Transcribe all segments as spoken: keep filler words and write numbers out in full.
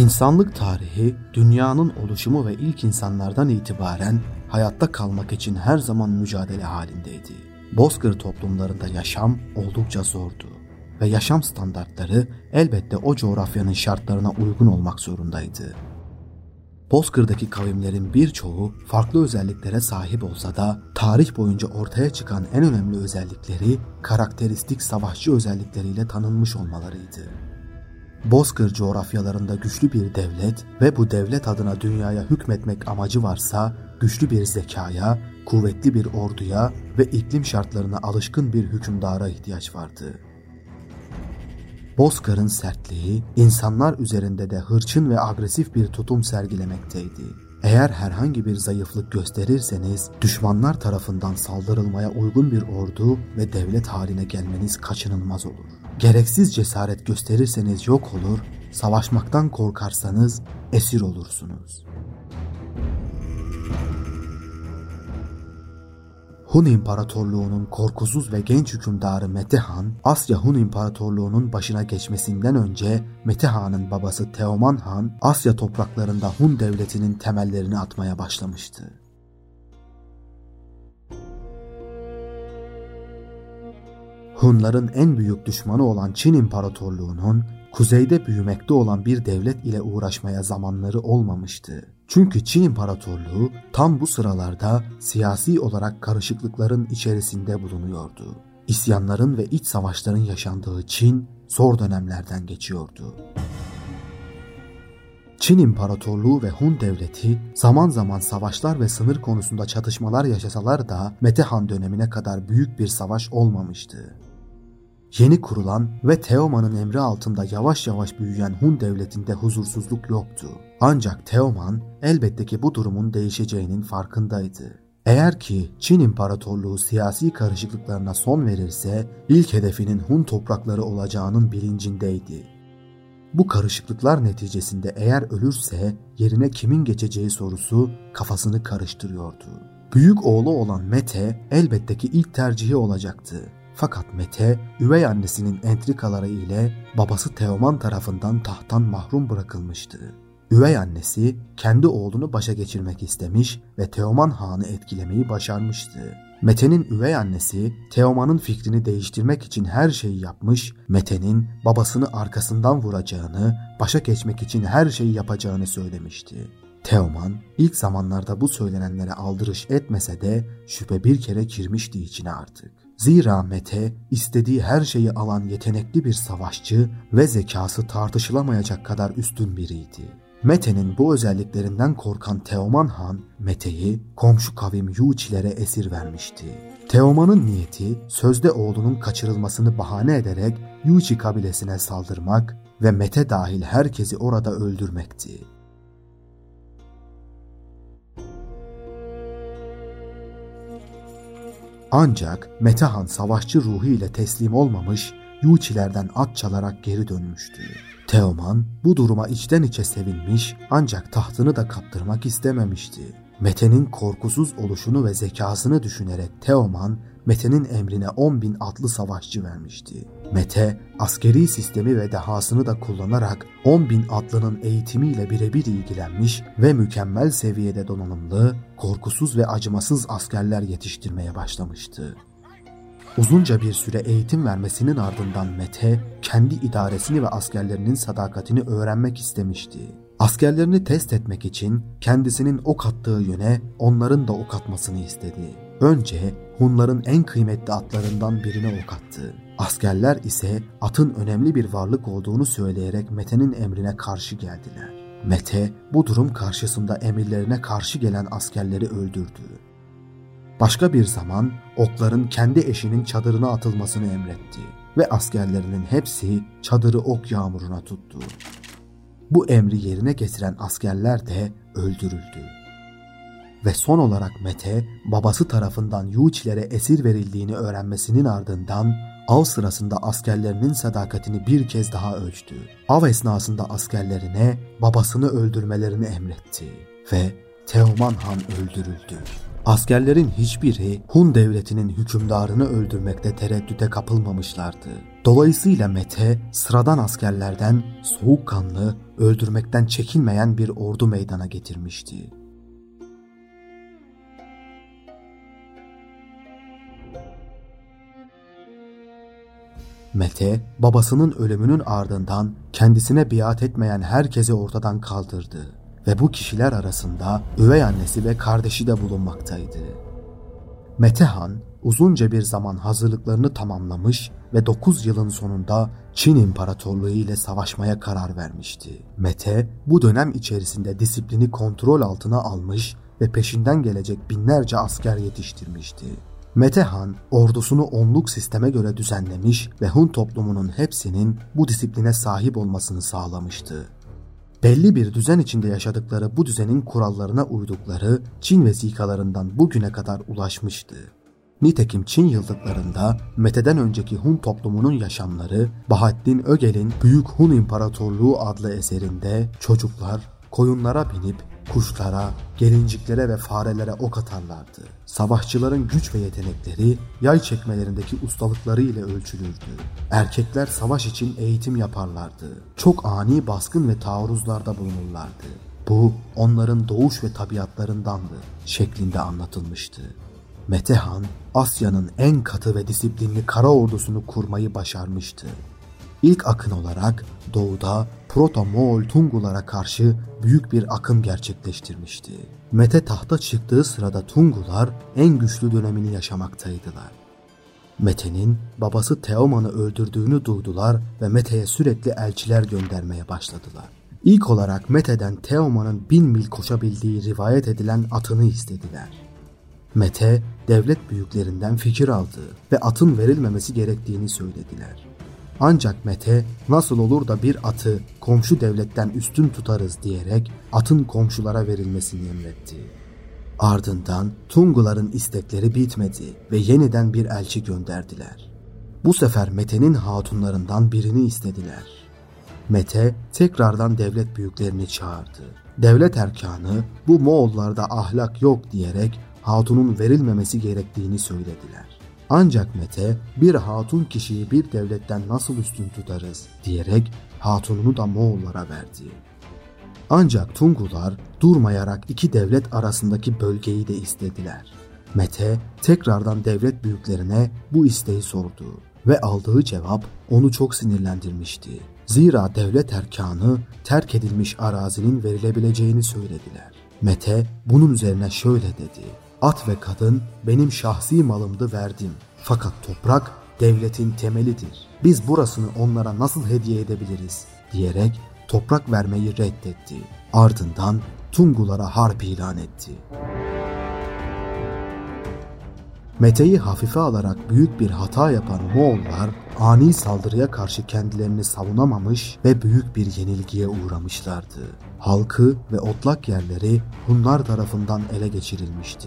İnsanlık tarihi, dünyanın oluşumu ve ilk insanlardan itibaren hayatta kalmak için her zaman mücadele halindeydi. Bozkır toplumlarında yaşam oldukça zordu ve yaşam standartları elbette o coğrafyanın şartlarına uygun olmak zorundaydı. Bozkır'daki kavimlerin birçoğu farklı özelliklere sahip olsa da tarih boyunca ortaya çıkan en önemli özellikleri karakteristik savaşçı özellikleriyle tanınmış olmalarıydı. Bozkır coğrafyalarında güçlü bir devlet ve bu devlet adına dünyaya hükmetmek amacı varsa güçlü bir zekaya, kuvvetli bir orduya ve iklim şartlarına alışkın bir hükümdara ihtiyaç vardı. Bozkır'ın sertliği insanlar üzerinde de hırçın ve agresif bir tutum sergilemekteydi. Eğer herhangi bir zayıflık gösterirseniz düşmanlar tarafından saldırılmaya uygun bir ordu ve devlet haline gelmeniz kaçınılmaz olur. Gereksiz cesaret gösterirseniz yok olur, savaşmaktan korkarsanız esir olursunuz. Hun İmparatorluğu'nun korkusuz ve genç hükümdarı Metehan, Asya Hun İmparatorluğu'nun başına geçmesinden önce Metehan'ın babası Teoman Han, Asya topraklarında Hun devletinin temellerini atmaya başlamıştı. Hunların en büyük düşmanı olan Çin İmparatorluğu'nun kuzeyde büyümekte olan bir devlet ile uğraşmaya zamanları olmamıştı. Çünkü Çin İmparatorluğu tam bu sıralarda siyasi olarak karışıklıkların içerisinde bulunuyordu. İsyanların ve iç savaşların yaşandığı Çin zor dönemlerden geçiyordu. Çin İmparatorluğu ve Hun Devleti zaman zaman savaşlar ve sınır konusunda çatışmalar yaşasalar da Metehan dönemine kadar büyük bir savaş olmamıştı. Yeni kurulan ve Teoman'ın emri altında yavaş yavaş büyüyen Hun Devleti'nde huzursuzluk yoktu. Ancak Teoman elbette ki bu durumun değişeceğinin farkındaydı. Eğer ki Çin İmparatorluğu siyasi karışıklıklarına son verirse ilk hedefinin Hun toprakları olacağının bilincindeydi. Bu karışıklıklar neticesinde eğer ölürse yerine kimin geçeceği sorusu kafasını karıştırıyordu. Büyük oğlu olan Mete elbette ki ilk tercihi olacaktı. Fakat Mete, üvey annesinin entrikaları ile babası Teoman tarafından tahttan mahrum bırakılmıştı. Üvey annesi kendi oğlunu başa geçirmek istemiş ve Teoman Han'ı etkilemeyi başarmıştı. Mete'nin üvey annesi Teoman'ın fikrini değiştirmek için her şeyi yapmış, Mete'nin babasını arkasından vuracağını, başa geçmek için her şeyi yapacağını söylemişti. Teoman ilk zamanlarda bu söylenenlere aldırış etmese de şüphe bir kere girmişti içine artık. Zira Mete istediği her şeyi alan yetenekli bir savaşçı ve zekası tartışılamayacak kadar üstün biriydi. Mete'nin bu özelliklerinden korkan Teoman Han, Mete'yi komşu kavim Yuçilere esir vermişti. Teoman'ın niyeti sözde oğlunun kaçırılmasını bahane ederek Yuçi kabilesine saldırmak ve Mete dahil herkesi orada öldürmekti. Ancak Metehan savaşçı ruhu ile teslim olmamış, Yuçilerden at çalarak geri dönmüştü. Teoman bu duruma içten içe sevinmiş ancak tahtını da kaptırmak istememişti. Mete'nin korkusuz oluşunu ve zekasını düşünerek Teoman, Mete'nin emrine on bin atlı savaşçı vermişti. Mete, askeri sistemi ve dehasını da kullanarak on bin atlının eğitimiyle birebir ilgilenmiş ve mükemmel seviyede donanımlı, korkusuz ve acımasız askerler yetiştirmeye başlamıştı. Uzunca bir süre eğitim vermesinin ardından Mete, kendi idaresini ve askerlerinin sadakatini öğrenmek istemişti. Askerlerini test etmek için kendisinin ok attığı yöne onların da ok atmasını istedi. Önce Hunların en kıymetli atlarından birine ok attı. Askerler ise atın önemli bir varlık olduğunu söyleyerek Mete'nin emrine karşı geldiler. Mete bu durum karşısında emirlerine karşı gelen askerleri öldürdü. Başka bir zaman okların kendi eşinin çadırına atılmasını emretti ve askerlerinin hepsi çadırı ok yağmuruna tuttu. Bu emri yerine getiren askerler de öldürüldü. Ve son olarak Mete, babası tarafından Yuçilere esir verildiğini öğrenmesinin ardından av sırasında askerlerinin sadakatini bir kez daha ölçtü. Av esnasında askerlerine babasını öldürmelerini emretti ve Teoman Han öldürüldü. Askerlerin hiçbiri Hun devletinin hükümdarını öldürmekte tereddüte kapılmamışlardı. Dolayısıyla Mete sıradan askerlerden soğukkanlı, öldürmekten çekinmeyen bir ordu meydana getirmişti. Mete, babasının ölümünün ardından kendisine biat etmeyen herkesi ortadan kaldırdı ve bu kişiler arasında üvey annesi ve kardeşi de bulunmaktaydı. Mete Han uzunca bir zaman hazırlıklarını tamamlamış ve dokuz yılın sonunda Çin İmparatorluğu ile savaşmaya karar vermişti. Mete bu dönem içerisinde disiplini kontrol altına almış ve peşinden gelecek binlerce asker yetiştirmişti. Mete Han ordusunu onluk sisteme göre düzenlemiş ve Hun toplumunun hepsinin bu disipline sahip olmasını sağlamıştı. Belli bir düzen içinde yaşadıkları bu düzenin kurallarına uydukları Çin vesikalarından bugüne kadar ulaşmıştı. Nitekim Çin yıllıklarında Mete'den önceki Hun toplumunun yaşamları Bahattin Ögel'in Büyük Hun İmparatorluğu adlı eserinde çocuklar koyunlara binip kuşlara, gelinciklere ve farelere ok atarlardı. Savaşçıların güç ve yetenekleri yay çekmelerindeki ustalıkları ile ölçülürdü. Erkekler savaş için eğitim yaparlardı. Çok ani baskın ve taarruzlarda bulunurlardı. Bu onların doğuş ve tabiatlarındandı şeklinde anlatılmıştı. Mete Han, Asya'nın en katı ve disiplinli kara ordusunu kurmayı başarmıştı. İlk akın olarak doğuda Proto-Moğol Tungulara karşı büyük bir akım gerçekleştirmişti. Mete tahta çıktığı sırada Tungular en güçlü dönemini yaşamaktaydılar. Mete'nin babası Teoman'ı öldürdüğünü duydular ve Mete'ye sürekli elçiler göndermeye başladılar. İlk olarak Mete'den Teoman'ın bin mil koşabildiği rivayet edilen atını istediler. Mete devlet büyüklerinden fikir aldı ve atın verilmemesi gerektiğini söylediler. Ancak Mete nasıl olur da bir atı komşu devletten üstün tutarız diyerek atın komşulara verilmesini emretti. Ardından Tunguların istekleri bitmedi ve yeniden bir elçi gönderdiler. Bu sefer Mete'nin hatunlarından birini istediler. Mete tekrardan devlet büyüklerini çağırdı. Devlet erkanı bu Moğollarda ahlak yok diyerek hatunun verilmemesi gerektiğini söylediler. Ancak Mete bir hatun kişiyi bir devletten nasıl üstün tutarız diyerek hatununu da Moğollara verdi. Ancak Tungular durmayarak iki devlet arasındaki bölgeyi de istediler. Mete tekrardan devlet büyüklerine bu isteği sordu ve aldığı cevap onu çok sinirlendirmişti. Zira devlet erkanı terk edilmiş arazinin verilebileceğini söylediler. Mete bunun üzerine şöyle dedi: "At ve kadın benim şahsi malımdı, verdim. Fakat toprak devletin temelidir. Biz burasını onlara nasıl hediye edebiliriz?" diyerek toprak vermeyi reddetti. Ardından Tungulara harp ilan etti. Mete'yi hafife alarak büyük bir hata yapan Moğollar ani saldırıya karşı kendilerini savunamamış ve büyük bir yenilgiye uğramışlardı. Halkı ve otlak yerleri Hunlar tarafından ele geçirilmişti.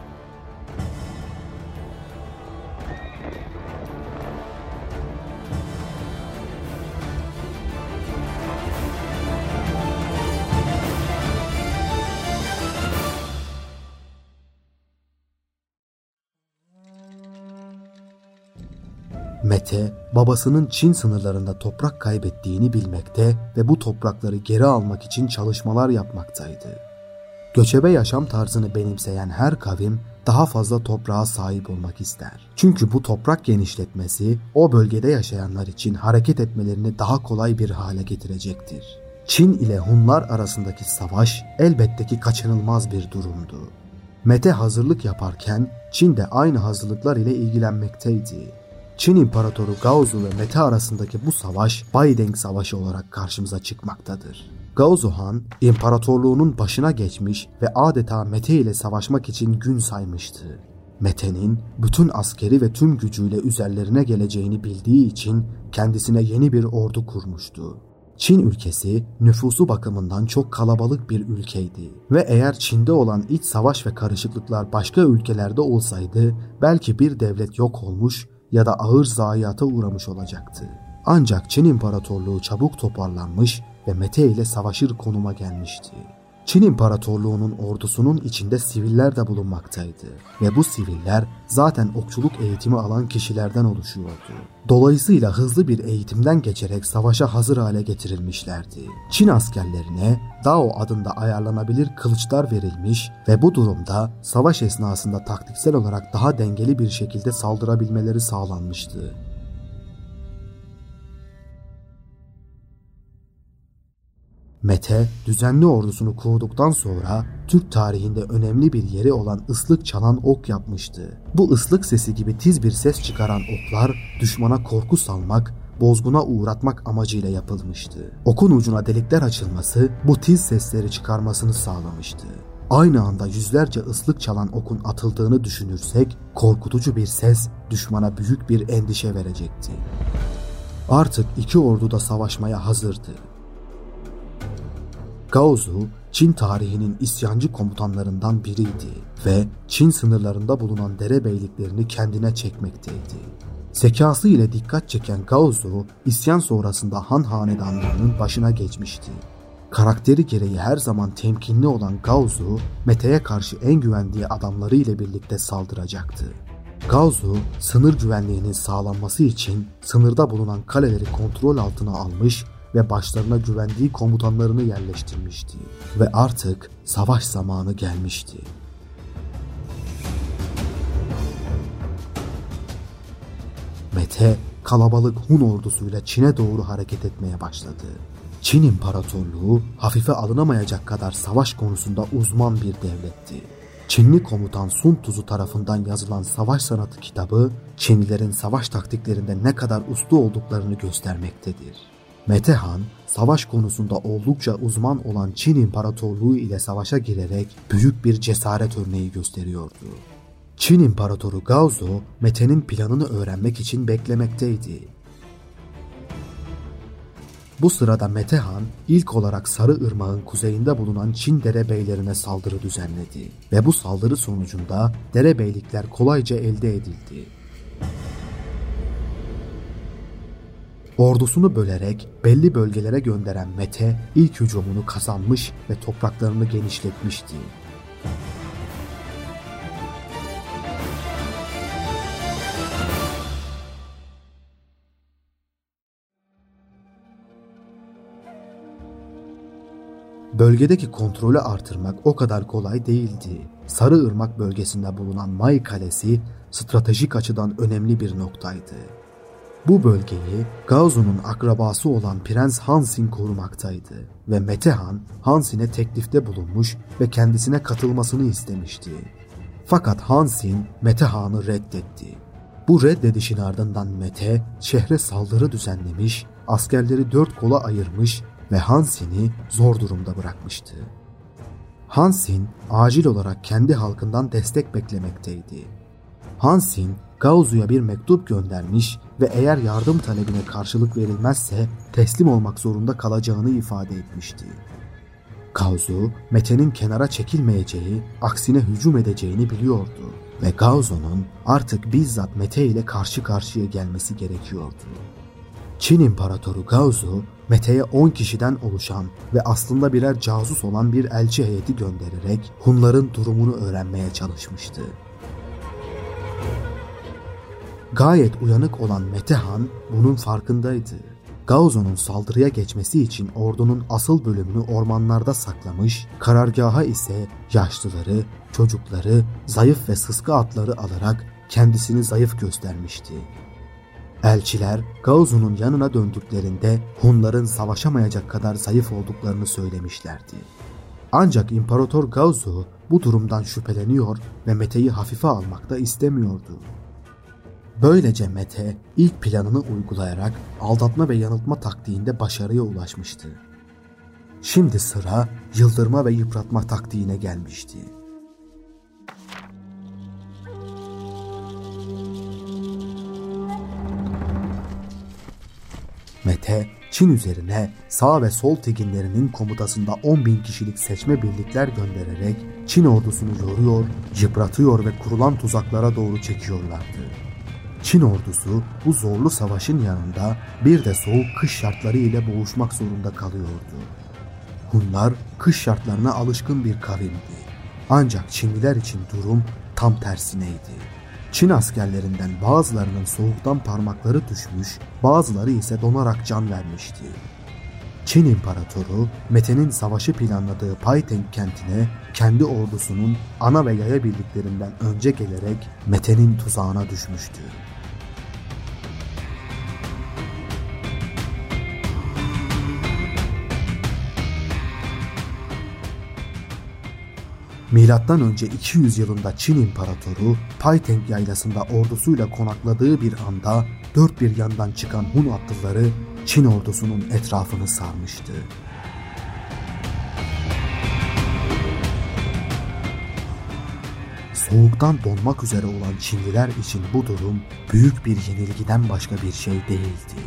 Mete, babasının Çin sınırlarında toprak kaybettiğini bilmekte ve bu toprakları geri almak için çalışmalar yapmaktaydı. Göçebe yaşam tarzını benimseyen her kavim daha fazla toprağa sahip olmak ister. Çünkü bu toprak genişletmesi o bölgede yaşayanlar için hareket etmelerini daha kolay bir hale getirecektir. Çin ile Hunlar arasındaki savaş elbette ki kaçınılmaz bir durumdu. Mete hazırlık yaparken Çin de aynı hazırlıklar ile ilgilenmekteydi. Çin İmparatoru Gaozu ve Mete arasındaki bu savaş Baideng Savaşı olarak karşımıza çıkmaktadır. Gaozu Han imparatorluğunun başına geçmiş ve adeta Mete ile savaşmak için gün saymıştı. Mete'nin bütün askeri ve tüm gücüyle üzerlerine geleceğini bildiği için kendisine yeni bir ordu kurmuştu. Çin ülkesi nüfusu bakımından çok kalabalık bir ülkeydi ve eğer Çin'de olan iç savaş ve karışıklıklar başka ülkelerde olsaydı belki bir devlet yok olmuş ya da ağır zayiata uğramış olacaktı. Ancak Çin İmparatorluğu çabuk toparlanmış ve Mete ile savaşır konuma gelmişti. Çin İmparatorluğu'nun ordusunun içinde siviller de bulunmaktaydı ve bu siviller zaten okçuluk eğitimi alan kişilerden oluşuyordu. Dolayısıyla hızlı bir eğitimden geçerek savaşa hazır hale getirilmişlerdi. Çin askerlerine Dao adında ayarlanabilir kılıçlar verilmiş ve bu durumda savaş esnasında taktiksel olarak daha dengeli bir şekilde saldırabilmeleri sağlanmıştı. Mete, düzenli ordusunu kurduktan sonra Türk tarihinde önemli bir yeri olan ıslık çalan ok yapmıştı. Bu ıslık sesi gibi tiz bir ses çıkaran oklar düşmana korku salmak, bozguna uğratmak amacıyla yapılmıştı. Okun ucuna delikler açılması bu tiz sesleri çıkarmasını sağlamıştı. Aynı anda yüzlerce ıslık çalan okun atıldığını düşünürsek korkutucu bir ses düşmana büyük bir endişe verecekti. Artık iki ordu da savaşmaya hazırdı. Gaozu, Çin tarihinin isyancı komutanlarından biriydi ve Çin sınırlarında bulunan derebeyliklerini kendine çekmekteydi. Zekası ile dikkat çeken Gaozu, isyan sonrasında Han hanedanlarının başına geçmişti. Karakteri gereği her zaman temkinli olan Gaozu, Mete'ye karşı en güvendiği adamları ile birlikte saldıracaktı. Gaozu, sınır güvenliğinin sağlanması için sınırda bulunan kaleleri kontrol altına almış ve başlarına güvendiği komutanlarını yerleştirmişti ve artık savaş zamanı gelmişti. Mete, kalabalık Hun ordusuyla Çin'e doğru hareket etmeye başladı. Çin İmparatorluğu hafife alınamayacak kadar savaş konusunda uzman bir devletti. Çinli komutan Sun Tzu tarafından yazılan Savaş Sanatı kitabı, Çinlilerin savaş taktiklerinde ne kadar usta olduklarını göstermektedir. Mete Han, savaş konusunda oldukça uzman olan Çin İmparatorluğu ile savaşa girerek büyük bir cesaret örneği gösteriyordu. Çin İmparatoru Gaozu, Mete'nin planını öğrenmek için beklemekteydi. Bu sırada Mete Han, ilk olarak Sarı Irmak'ın kuzeyinde bulunan Çin derebeylerine saldırı düzenledi ve bu saldırı sonucunda derebeylikler kolayca elde edildi. Ordusunu bölerek belli bölgelere gönderen Mete ilk hücumunu kazanmış ve topraklarını genişletmişti. Bölgedeki kontrolü artırmak o kadar kolay değildi. Sarı Irmak bölgesinde bulunan Mai Kalesi stratejik açıdan önemli bir noktaydı. Bu bölgeyi Gaozu'nun akrabası olan Prens Hansin korumaktaydı ve Mete Han, Hansin'e teklifte bulunmuş ve kendisine katılmasını istemişti. Fakat Hansin, Mete Han'ı reddetti. Bu reddedişin ardından Mete, şehre saldırı düzenlemiş, askerleri dört kola ayırmış ve Hansin'i zor durumda bırakmıştı. Hansin, acil olarak kendi halkından destek beklemekteydi. Hansin, Gaozu'ya bir mektup göndermiş ve eğer yardım talebine karşılık verilmezse teslim olmak zorunda kalacağını ifade etmişti. Gaozu, Mete'nin kenara çekilmeyeceği, aksine hücum edeceğini biliyordu ve Gaozu'nun artık bizzat Mete ile karşı karşıya gelmesi gerekiyordu. Çin İmparatoru Gaozu, Mete'ye on kişiden oluşan ve aslında birer casus olan bir elçi heyeti göndererek Hunların durumunu öğrenmeye çalışmıştı. Gayet uyanık olan Mete Han bunun farkındaydı. Gaozu'nun saldırıya geçmesi için ordunun asıl bölümünü ormanlarda saklamış, karargaha ise yaşlıları, çocukları, zayıf ve sıska atları alarak kendisini zayıf göstermişti. Elçiler Gaozu'nun yanına döndüklerinde Hunların savaşamayacak kadar zayıf olduklarını söylemişlerdi. Ancak İmparator Gaozu bu durumdan şüpheleniyor ve Mete'yi hafife almak da istemiyordu. Böylece Mete ilk planını uygulayarak aldatma ve yanıltma taktiğinde başarıya ulaşmıştı. Şimdi sıra yıldırma ve yıpratma taktiğine gelmişti. Mete, Çin üzerine sağ ve sol teginlerinin komutasında on bin kişilik seçme birlikler göndererek Çin ordusunu yoruyor, yıpratıyor ve kurulan tuzaklara doğru çekiyorlardı. Çin ordusu bu zorlu savaşın yanında bir de soğuk kış şartları ile boğuşmak zorunda kalıyordu. Hunlar kış şartlarına alışkın bir kavimdi. Ancak Çinliler için durum tam tersineydi. Çin askerlerinden bazılarının soğuktan parmakları düşmüş, bazıları ise donarak can vermişti. Çin İmparatoru Mete'nin savaşı planladığı Paiteng kentine kendi ordusunun ana ve yaya birliklerinden önce gelerek Mete'nin tuzağına düşmüştü. Milattan önce iki yüz yılında Çin İmparatoru Paiteng yaylasında ordusuyla konakladığı bir anda dört bir yandan çıkan Hun atlıları Çin ordusunun etrafını sarmıştı. Soğuktan donmak üzere olan Çinliler için bu durum büyük bir yenilgiden başka bir şey değildi.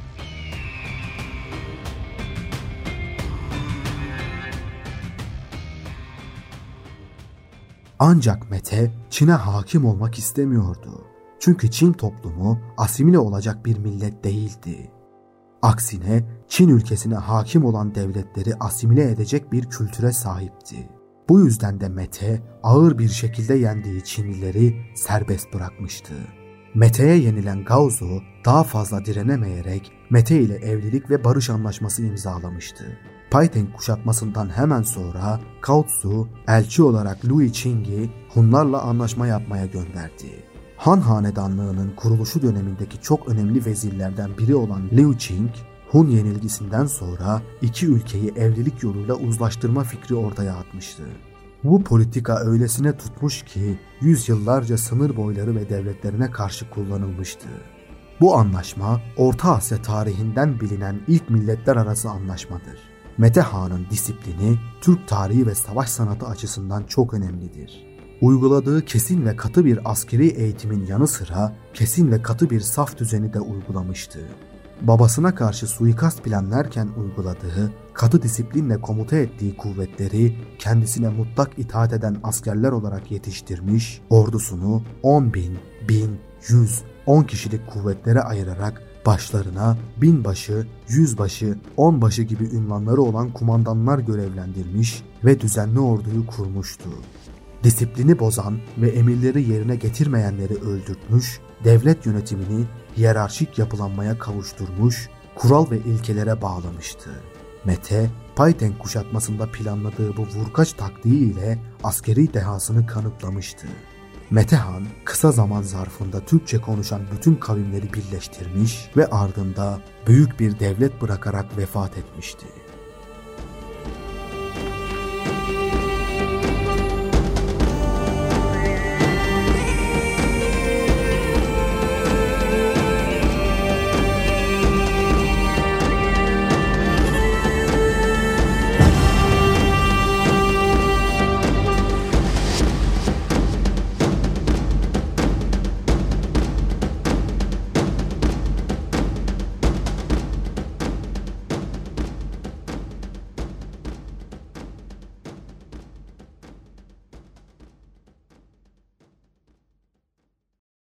Ancak Mete Çin'e hakim olmak istemiyordu. Çünkü Çin toplumu asimile olacak bir millet değildi. Aksine Çin ülkesine hakim olan devletleri asimile edecek bir kültüre sahipti. Bu yüzden de Mete ağır bir şekilde yendiği Çinlileri serbest bırakmıştı. Mete'ye yenilen Gaozu daha fazla direnemeyerek Mete ile evlilik ve barış anlaşması imzalamıştı. Paiteng kuşatmasından hemen sonra Cao Tzu elçi olarak Lu Yiqing'i Hunlarla anlaşma yapmaya gönderdi. Han hanedanlığının kuruluşu dönemindeki çok önemli vezirlerden biri olan Liu Qing, Hun yenilgisinden sonra iki ülkeyi evlilik yoluyla uzlaştırma fikri ortaya atmıştı. Bu politika öylesine tutmuş ki yüzyıllarca sınır boyları ve devletlerine karşı kullanılmıştı. Bu anlaşma Orta Asya tarihinden bilinen ilk milletler arası anlaşmadır. Mete Han'ın disiplini Türk tarihi ve savaş sanatı açısından çok önemlidir. Uyguladığı kesin ve katı bir askeri eğitimin yanı sıra kesin ve katı bir saf düzeni de uygulamıştı. Babasına karşı suikast planlarken uyguladığı, katı disiplinle komuta ettiği kuvvetleri kendisine mutlak itaat eden askerler olarak yetiştirmiş, ordusunu on bin, bin, yüz, on kişilik kuvvetlere ayırarak başlarına binbaşı, yüzbaşı, onbaşı gibi ünvanları olan kumandanlar görevlendirmiş ve düzenli orduyu kurmuştu. Disiplini bozan ve emirleri yerine getirmeyenleri öldürtmüş, devlet yönetimini hiyerarşik yapılanmaya kavuşturmuş, kural ve ilkelere bağlamıştı. Mete, Paiteng kuşatmasında planladığı bu vurkaç taktiği ile askeri dehasını kanıtlamıştı. Mete Han kısa zaman zarfında Türkçe konuşan bütün kavimleri birleştirmiş ve ardında büyük bir devlet bırakarak vefat etmişti.